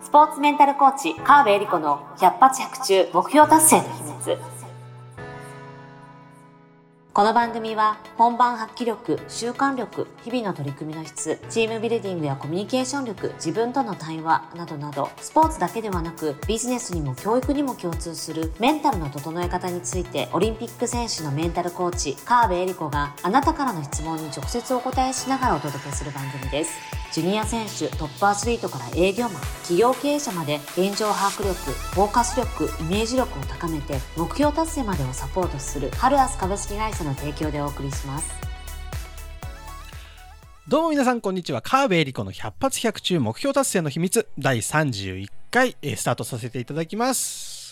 スポーツメンタルコーチ川辺恵理子の百発百中目標達成の秘密。この番組は本番発揮力、習慣力、日々の取り組みの質、チームビルディングやコミュニケーション力、自分との対話などなど、スポーツだけではなくビジネスにも教育にも共通するメンタルの整え方について、オリンピック選手のメンタルコーチ川辺恵理子があなたからの質問に直接お答えしながらお届けする番組です。ジュニア選手、トップアスリートから営業マン、企業経営者まで現状把握力、フォーカス力、イメージ力を高めて目標達成までをサポートするハルアス株式会社の提供でお送りします。 どうも皆さんこんにちは。川辺恵理子の百発百中目標達成の秘密第31回スタートさせていただきます。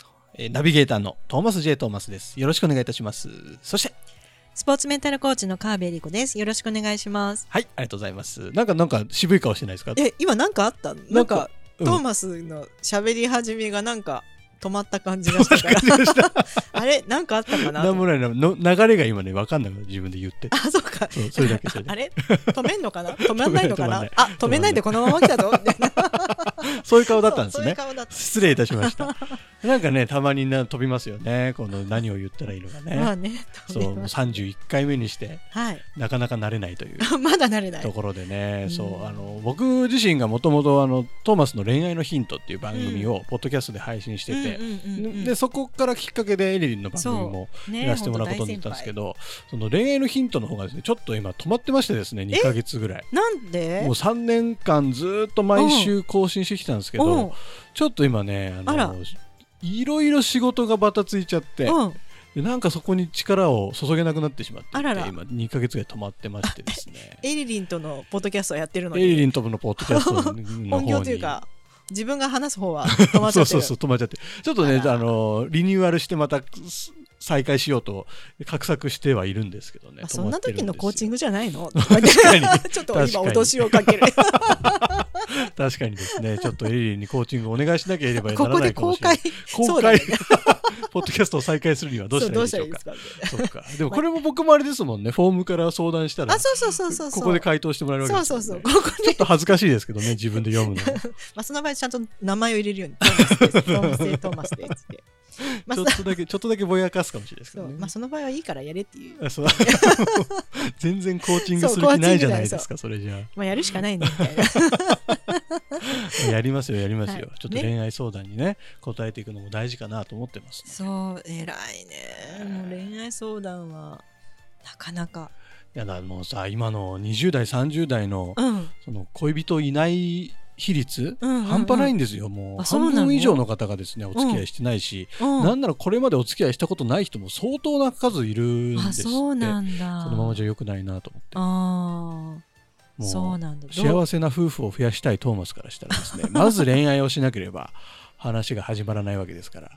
ナビゲーターのトーマス J トーマスです。よろしくお願いいたします。そしてスポーツメンタルコーチの川辺恵理子です。よろしくお願いします。 はい、ありがとうございます。なんか渋い顔してないですか？ 今なんかあった？なんか、トーマスの喋り始めがなんか止まった感じがしたからあれなんかあったかな？ なんもないの流れが今ね分かんないの自分で言って。 あ、そうか。 それだけあれ止めんのかな？止まんないのかな？止めないでこのまま来たぞみたいなそういう顔だったんですね。 そういう顔だった。 失礼いたしましたなんかねたまに飛びますよね、この何を言ったらいいのかね。 まあね、 そう、31回目にして、 はい、 なかなか慣れないというまだ慣れないところでね、そう僕自身がもともとトーマスの恋愛のヒントっていう番組をポッドキャストで配信してて、でそこからきっかけでエリリンの番組もやらせてもらうことになったんですけど、その恋愛のヒントの方がですねちょっと今止まってましてですね、2ヶ月ぐらい。 なんで？ もう3年間ずっと毎週更新してきたんですけど、ちょっと今ねいろいろ仕事がバタついちゃって、でなんかそこに力を注げなくなってしまっていて、今2ヶ月ぐらい止まってましてですねエリリンとのポッドキャストをやってるのに、 エリリンとのポッドキャストの方に本業というか自分が話す方は止まっちゃってるそう止まっちゃって、ちょっとねリニューアルしてまた再開しようと画策してはいるんですけどね。 そんな時のコーチングじゃないの？ 確かにちょっと今脅しをかける確かにですね、ちょっとエリリンにコーチングお願いしなければならないかもしれない。 公開ポッドキャストを再開するにはどうしたらいいでしょうか。そうか。でもこれも僕もあれですもんね、フォームから相談したらそうここで回答してもらえるわけですよね。 そうちょっと恥ずかしいですけどね、自分で読むのその場合ちゃんと名前を入れるようにトーマスですってちょっとだけぼやかすかもしれないですけどね。 その場合はいいからやれっていう。 全然コーチングする気ないじゃないですか、それじゃあ。 やるしかないねみたいなやりますよ、ちょっと恋愛相談にね答えていくのも大事かなと思ってます。 そう偉いね。もう恋愛相談はなかなか。 いやだもうさ、今の20代30代の、その恋人いない比率、半端ないんですよ。もう半分以上の方がですねお付き合いしてないし、なんならこれまでお付き合いしたことない人も相当な数いるんですって。 そうなんだ。 そのままじゃ良くないなと思って。もうそうなんだ。 幸せな夫婦を増やしたいトーマスからしたらですねまず恋愛をしなければ話が始まらないわけですから、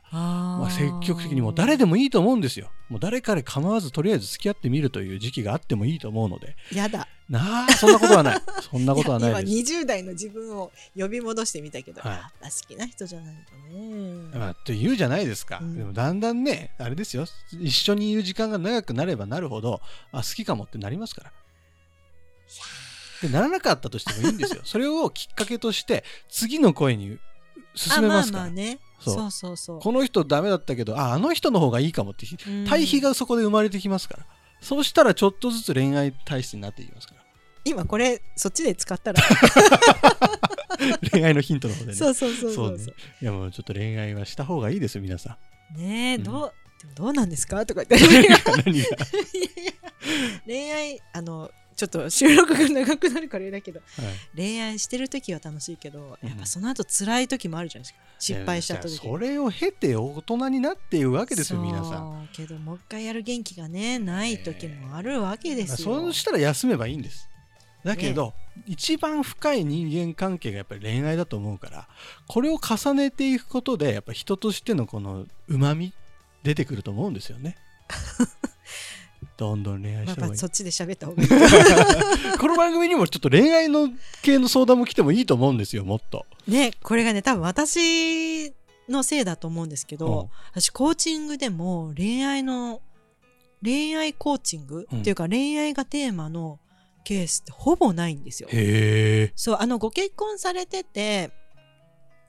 積極的にもう誰でもいいと思うんですよ。もう誰彼構わずとりあえず付き合ってみるという時期があってもいいと思うので。 やだそんなことはないそんなことはないです。 今20代の自分を呼び戻してみたけど、やっぱ好きな人じゃないとね、 って言うじゃないですか、でもだんだんねあれですよ、一緒にいる時間が長くなればなるほど好きかもってなりますから。でならなかったとしてもいいんですよそれをきっかけとして次の恋に進めますから。そうこの人ダメだったけどあの人の方がいいかもって対比がそこで生まれてきますから、そうしたらちょっとずつ恋愛体質になっていきますから。 今これそっちで使ったら恋愛のヒントの方でね。 そういやもうちょっと恋愛はした方がいいですよ皆さんね。どうなんですかとか言って何が恋愛ちょっと収録が長くなるからあれだけど、恋愛してる時は楽しいけどやっぱその後辛い時もあるじゃないですか、失敗した時。 それを経て大人になっているわけですよ皆さん。 けどもう一回やる元気がねない時もあるわけですよ。 そうしたら休めばいいんです。だけど、一番深い人間関係がやっぱり恋愛だと思うから、これを重ねていくことでやっぱ人としてのこの旨味出てくると思うんですよねどんどん恋愛した方がいい。 そっちで喋った方がいいこの番組にもちょっと恋愛の系の相談も来てもいいと思うんですよ。もっとね、これがね多分私のせいだと思うんですけど、私コーチングでも恋愛コーチング、っていうか恋愛がテーマのケースってほぼないんですよ。 へー。 そうご結婚されてて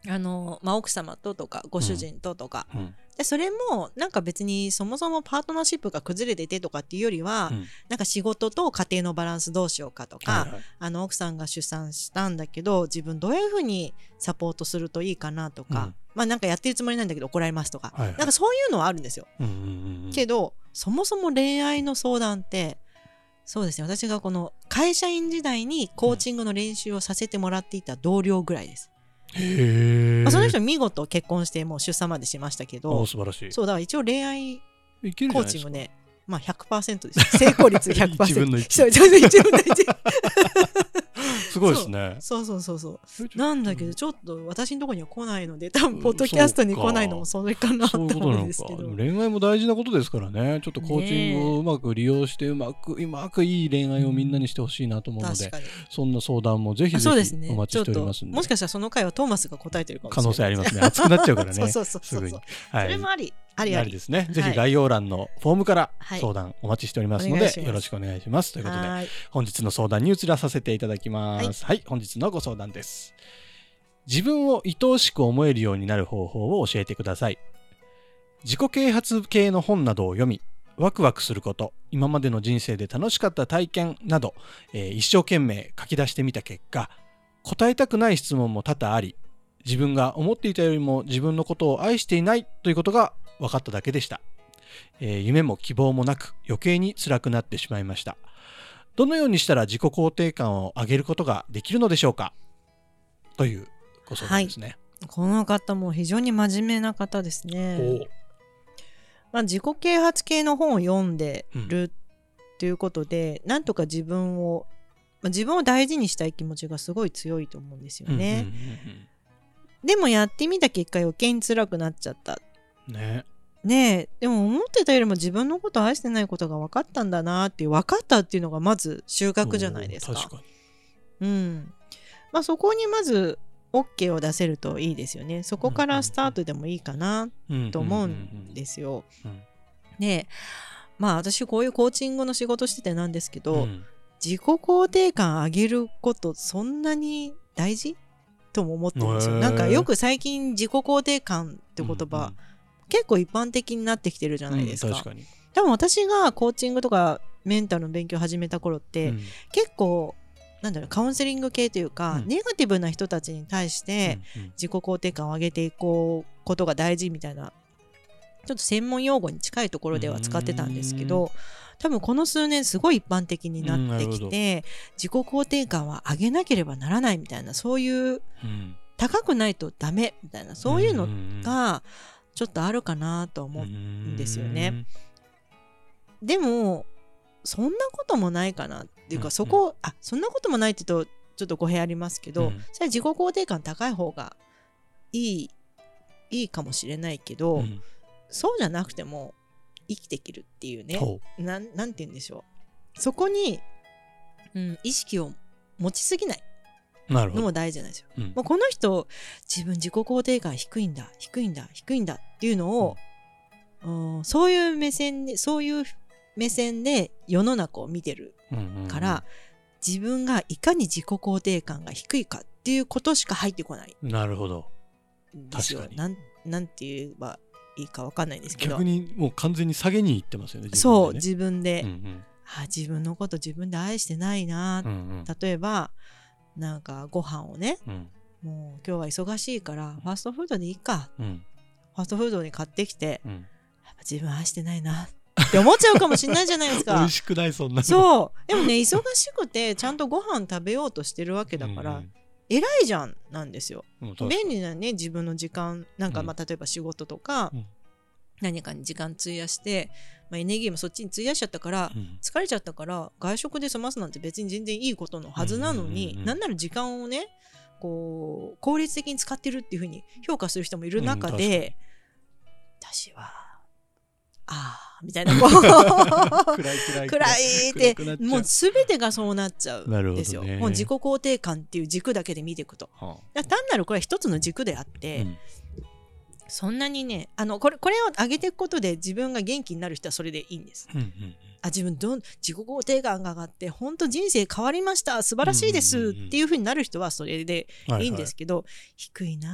奥様ととかご主人ととか、 うんでそれもなんか別にそもそもパートナーシップが崩れててとかっていうよりは、なんか仕事と家庭のバランスどうしようかとか、 はいはい、 奥さんが出産したんだけど自分どういうふうにサポートするといいかなとか、なんかやってるつもりなんだけど怒られますとか、 はいはい、 なんかそういうのはあるんですよ、けどそもそも恋愛の相談ってそうですね、私がこの会社員時代にコーチングの練習をさせてもらっていた同僚ぐらいです。 へー、 その人見事結婚してもう出産までしましたけど、 素晴らしい。 そうだから一応恋愛コーチングね、まあ 100% です。成功率 100%。 1分の1。 1分の1。 すごいですね。 そうなんだけどちょっと私のところには来ないので、多分ポッドキャストに来ないのもそれかなと思うんですけど。 恋愛も大事なことですからね。ちょっとコーチングをうまく利用してうまくいい恋愛をみんなにしてほしいなと思うので、そんな相談もぜひぜひお待ちしておりますんで。 もしかしたらその回はトーマスが答えてるかもしれない。 可能性ありますね。熱くなっちゃうからね。 そうすぐに。 それもありですね。ぜひ概要欄のフォームから相談お待ちしておりますので、よろしくお願いします。ということで、本日の相談に移らさせていただきます。はい、本日のご相談です。自分を愛おしく思えるようになる方法を教えてください。自己啓発系の本などを読み、ワクワクすること、今までの人生で楽しかった体験など、一生懸命書き出してみた結果、答えたくない質問も多々あり、自分が思っていたよりも自分のことを愛していないということが分かっただけでした。夢も希望もなく余計に辛くなってしまいました。どのようにしたら自己肯定感を上げることができるのでしょうか、というご相談ですね。 この方も非常に真面目な方ですね。自己啓発系の本を読んでるっていうことで、なんとか自分を大事にしたい気持ちがすごい強いと思うんですよね。でもやってみた結果余計に辛くなっちゃったねえ、でも思ってたよりも自分のことを愛してないことが分かったんだなっていう、分かったっていうのがまず収穫じゃないですか。 確かに。 そこにまず OK を出せるといいですよね。そこからスタートでもいいかなと思うんですよ。で、私こういうコーチングの仕事しててなんですけど、自己肯定感上げることそんなに大事とも思ってるんですよ。なんかよく最近自己肯定感って言葉、結構一般的になってきてるじゃないですか。 確かに。 多分私がコーチングとかメンタルの勉強を始めた頃って、結構カウンセリング系というか、ネガティブな人たちに対して自己肯定感を上げていこうことが大事みたいな、ちょっと専門用語に近いところでは使ってたんですけど、多分この数年すごい一般的になってきて、自己肯定感は上げなければならないみたいな、そういう、高くないとダメみたいな、そういうのがちょっとあるかなと思うんですよね。でもそんなこともないかなっていうか、そんなこともないって言うとちょっと語弊ありますけど、それは自己肯定感高い方がいいかもしれないけど、そうじゃなくても生きていけるっていうね、なんて言うんでしょう、そこに、意識を持ちすぎないのも大事じゃないですよ。もうこの人自分自己肯定感低いんだっていうのを、そういう目線で世の中を見てるから、自分がいかに自己肯定感が低いかっていうことしか入ってこない。 なるほど。 確かに。なんて言えばいいか分かんないんですけど、 逆にもう完全に下げにいってますよね。 そう自分で、自分のこと自分で愛してないな、例えばなんかご飯をね、もう今日は忙しいからファストフードでいいか、ファストフードに買ってきて、やっぱ自分愛してないなって思っちゃうかもしれないじゃないですか。 美味しくないそんなの。 そうでもね、忙しくてちゃんとご飯食べようとしてるわけだから、偉いじゃんなんですよ。便利なね、自分の時間なんか、例えば仕事とか、何かに時間費やして、エネルギーもそっちに費やしちゃったから、疲れちゃったから外食で済ますなんて別に全然いいことのはずなのに、なんなら時間をねこう効率的に使ってるっていう風に評価する人もいる中で、私はみたいな暗いってもう全てがそうなっちゃうんですよ。もう自己肯定感っていう軸だけで見ていくと、単なるこれは一つの軸であって、そんなにねこれを上げていくことで自分が元気になる人はそれでいいんです。自分自己肯定感が上がって本当人生変わりました素晴らしいですっていう風になる人はそれでいいんですけど、低いな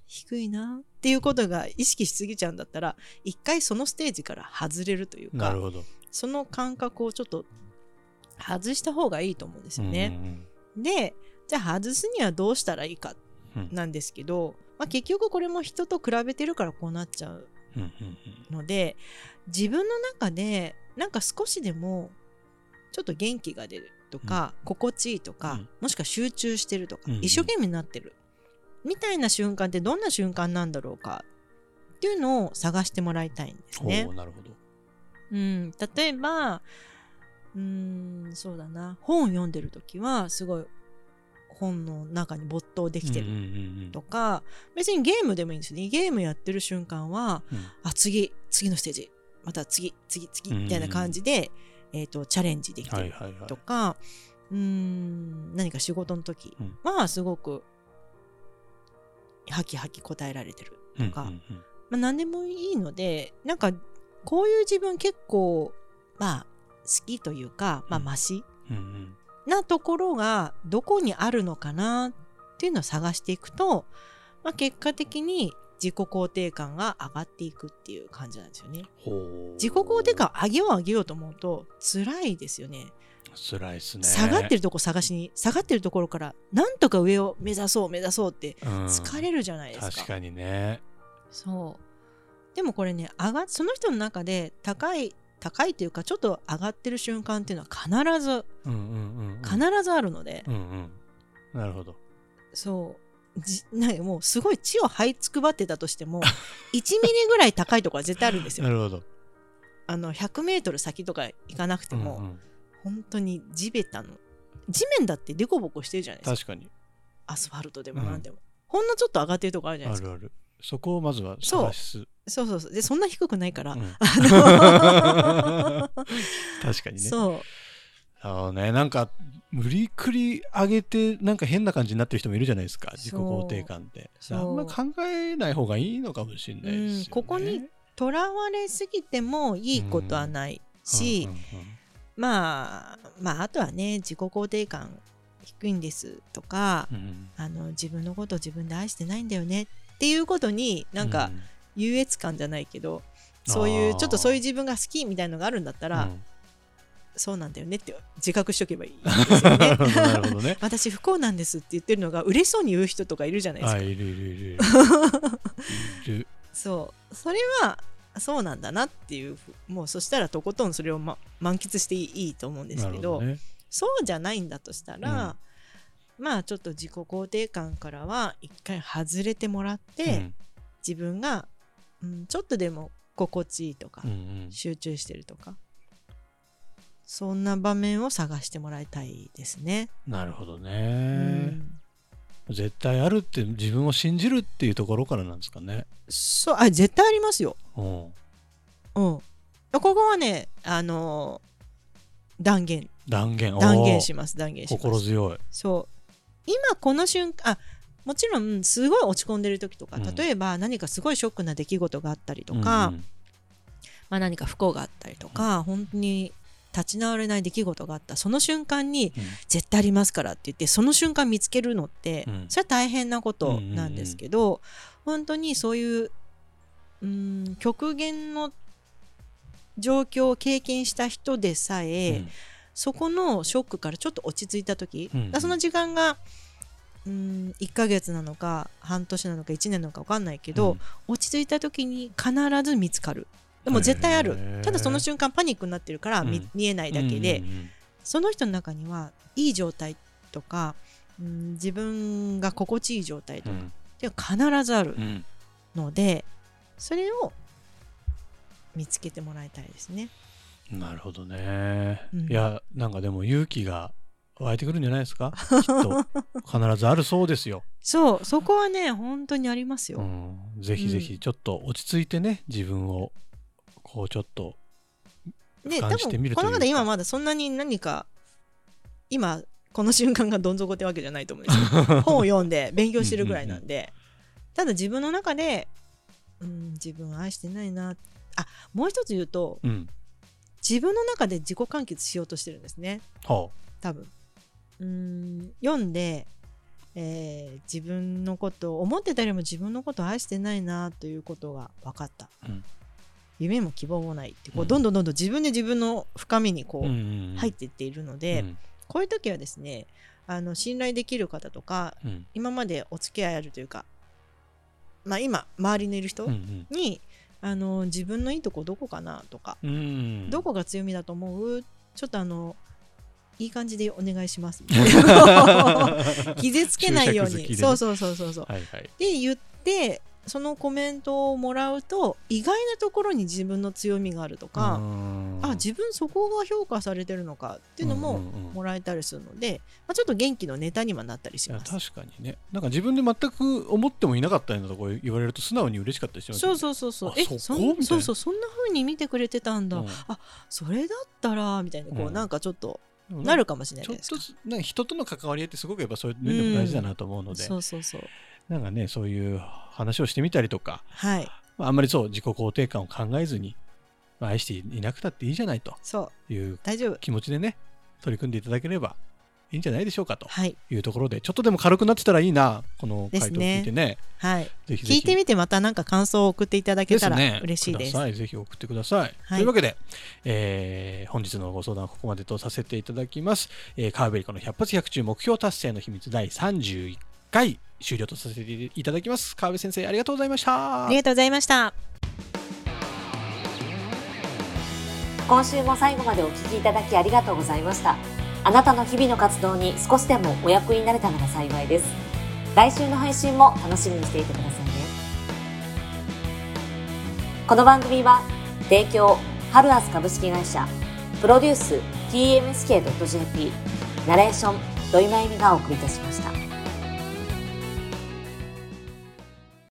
低いなっていうことが意識しすぎちゃうんだったら、一回そのステージから外れるというか、 なるほど。 その感覚をちょっと外した方がいいと思うんですよね。で、じゃあ外すにはどうしたらいいかなんですけど、結局これも人と比べてるからこうなっちゃうので、自分の中でなんか少しでもちょっと元気が出るとか、心地いいとか、もしくは集中してるとか、一生懸命になってるみたいな瞬間ってどんな瞬間なんだろうかっていうのを探してもらいたいんですね。 なるほど。 例えばそうだな、本を読んでる時はすごい本の中に没頭できてるとか、別にゲームでもいいんですよね。ゲームやってる瞬間は、次のステージまた次みたいな感じで、チャレンジできてるとか、何か仕事の時はすごくハキハキ答えられてるとか、何でもいいので、なんかこういう自分結構好きというか、マシなところがどこにあるのかなっていうのを探していくと、結果的に自己肯定感が上がっていくっていう感じなんですよね。自己肯定感を上げようと思うと辛いですよね。 辛いですね。 下がってるとこ探しに、下がってるところからなんとか上を目指そうって疲れるじゃないですか。 確かにね。 そうでもこれね、その人の中で高いというかちょっと上がってる瞬間っていうのは必ずあるので、 なるほど。 なんかもうすごい地を這いつくばってたとしても1ミリぐらい高いところは絶対あるんですよ。 なるほど。 100メートル先とか行かなくても、本当に地面だってデコボコしてるじゃないですか。 確かに。 アスファルトでもなんでも、ほんのちょっと上がってるところあるじゃないですか。 ある。そこをまずは探す。 そうで、そんな低くないから、 確かにね。 そうね、なんか無理くり上げてなんか変な感じになってる人もいるじゃないですか、自己肯定感って。あんま考えない方がいいのかもしれないですよね。 ここにとらわれすぎてもいいことはないし、あとはね、自己肯定感低いんですとか、自分のことを自分で愛してないんだよねっていうことになんか優越感じゃないけど、そういうちょっとそういう自分が好きみたいなのがあるんだったら、そうなんだよねって自覚しとけばいいですよね。なるほどね。私不幸なんですって言ってるのが嬉しそうに言う人とかいるじゃないですか。 いるそれはそうなんだなっていう、もうそしたらとことんそれを、満喫していいと思うんですけど、そうじゃないんだとしたら、ちょっと自己肯定感からは一回外れてもらって、自分が、ちょっとでも心地いいとか、集中してるとか、そんな場面を探してもらいたいですね。 なるほどね。絶対あるって自分を信じるっていうところからなんですかね。 絶対ありますよ。ここはね、断言します。 心強い。 今この瞬間、もちろんすごい落ち込んでる時とか、例えば何かすごいショックな出来事があったりとか、何か不幸があったりとか、本当に立ち直れない出来事があったその瞬間に、絶対ありますからって言ってその瞬間見つけるのって、それは大変なことなんですけど、本当にそういう極限の状況を経験した人でさえ、そこのショックからちょっと落ち着いた時、その時間が1ヶ月なのか半年なのか1年なのか分かんないけど、落ち着いた時に必ず見つかる。でも絶対ある。ただその瞬間パニックになってるから 見えないだけで、その人の中にはいい状態とか、自分が心地いい状態とかって必ずあるので、それを見つけてもらいたいですね。 なるほどね。いや、なんかでも勇気が湧いてくるんじゃないですか。きっと必ずあるそうですよ。 そこはね本当にありますよ。 ぜひぜひちょっと落ち着いてね、自分をこうちょっと俯瞰してみるというか。 この方今まだそんなに何か今この瞬間がどん底ってわけじゃないと思うんですよ。本を読んで勉強してるぐらいなんで、ただ自分の中で、自分を愛してないな。もう一つ言うと、自分の中で自己完結しようとしてるんですね。多分読んで、 自分のこと思ってたよりも自分のことを愛してないなということが分かった、夢も希望もないってこう、どんどん自分で自分の深みにこう、入っていっているので、こういう時はですね信頼できる方とか、今までお付き合いあるというか、今周りにいる人に、自分のいいとこどこかなとか、どこが強みだと思う、ちょっといい感じでお願いします傷つけないように、そう、で言ってそのコメントをもらうと、意外なところに自分の強みがあるとか、自分そこが評価されてるのかっていうのももらえたりするので、ちょっと元気のネタにはなったりします。 確かにね、なんか自分で全く思ってもいなかったようなところ言われると素直に嬉しかったりしますよね。 そうそんな風に見てくれてたんだ、それだったらみたいな、こうなんかちょっとなるかもしれないですか。 ちょっとなんか人との関わり合いってすごくやっぱそういう面でも大事だなと思うので、なんかね、そういう話をしてみたりとか、あんまり自己肯定感を考えずに、愛していなくたっていいじゃないという気持ちでね、取り組んでいただければいいんじゃないでしょうかというところで、ちょっとでも軽くなってたらいいな、この回答を聞いてね。 ぜひ聞いてみて、またなんか感想を送っていただけたら嬉しいです。 ぜひ送ってください。というわけで、本日のご相談はここまでとさせていただきます。川辺理子の100発100中目標達成の秘密第31回終了とさせていただきます。川辺先生、ありがとうございました。 ありがとうございました。 今週も最後までお聞きいただきありがとうございました。あなたの日々の活動に少しでもお役になれたなら幸いです。来週の配信も楽しみにしていてくださいね。この番組は提供ハルアス株式会社、プロデュース TMSK.jp、ナレーション土井真由美がお送りいたしました。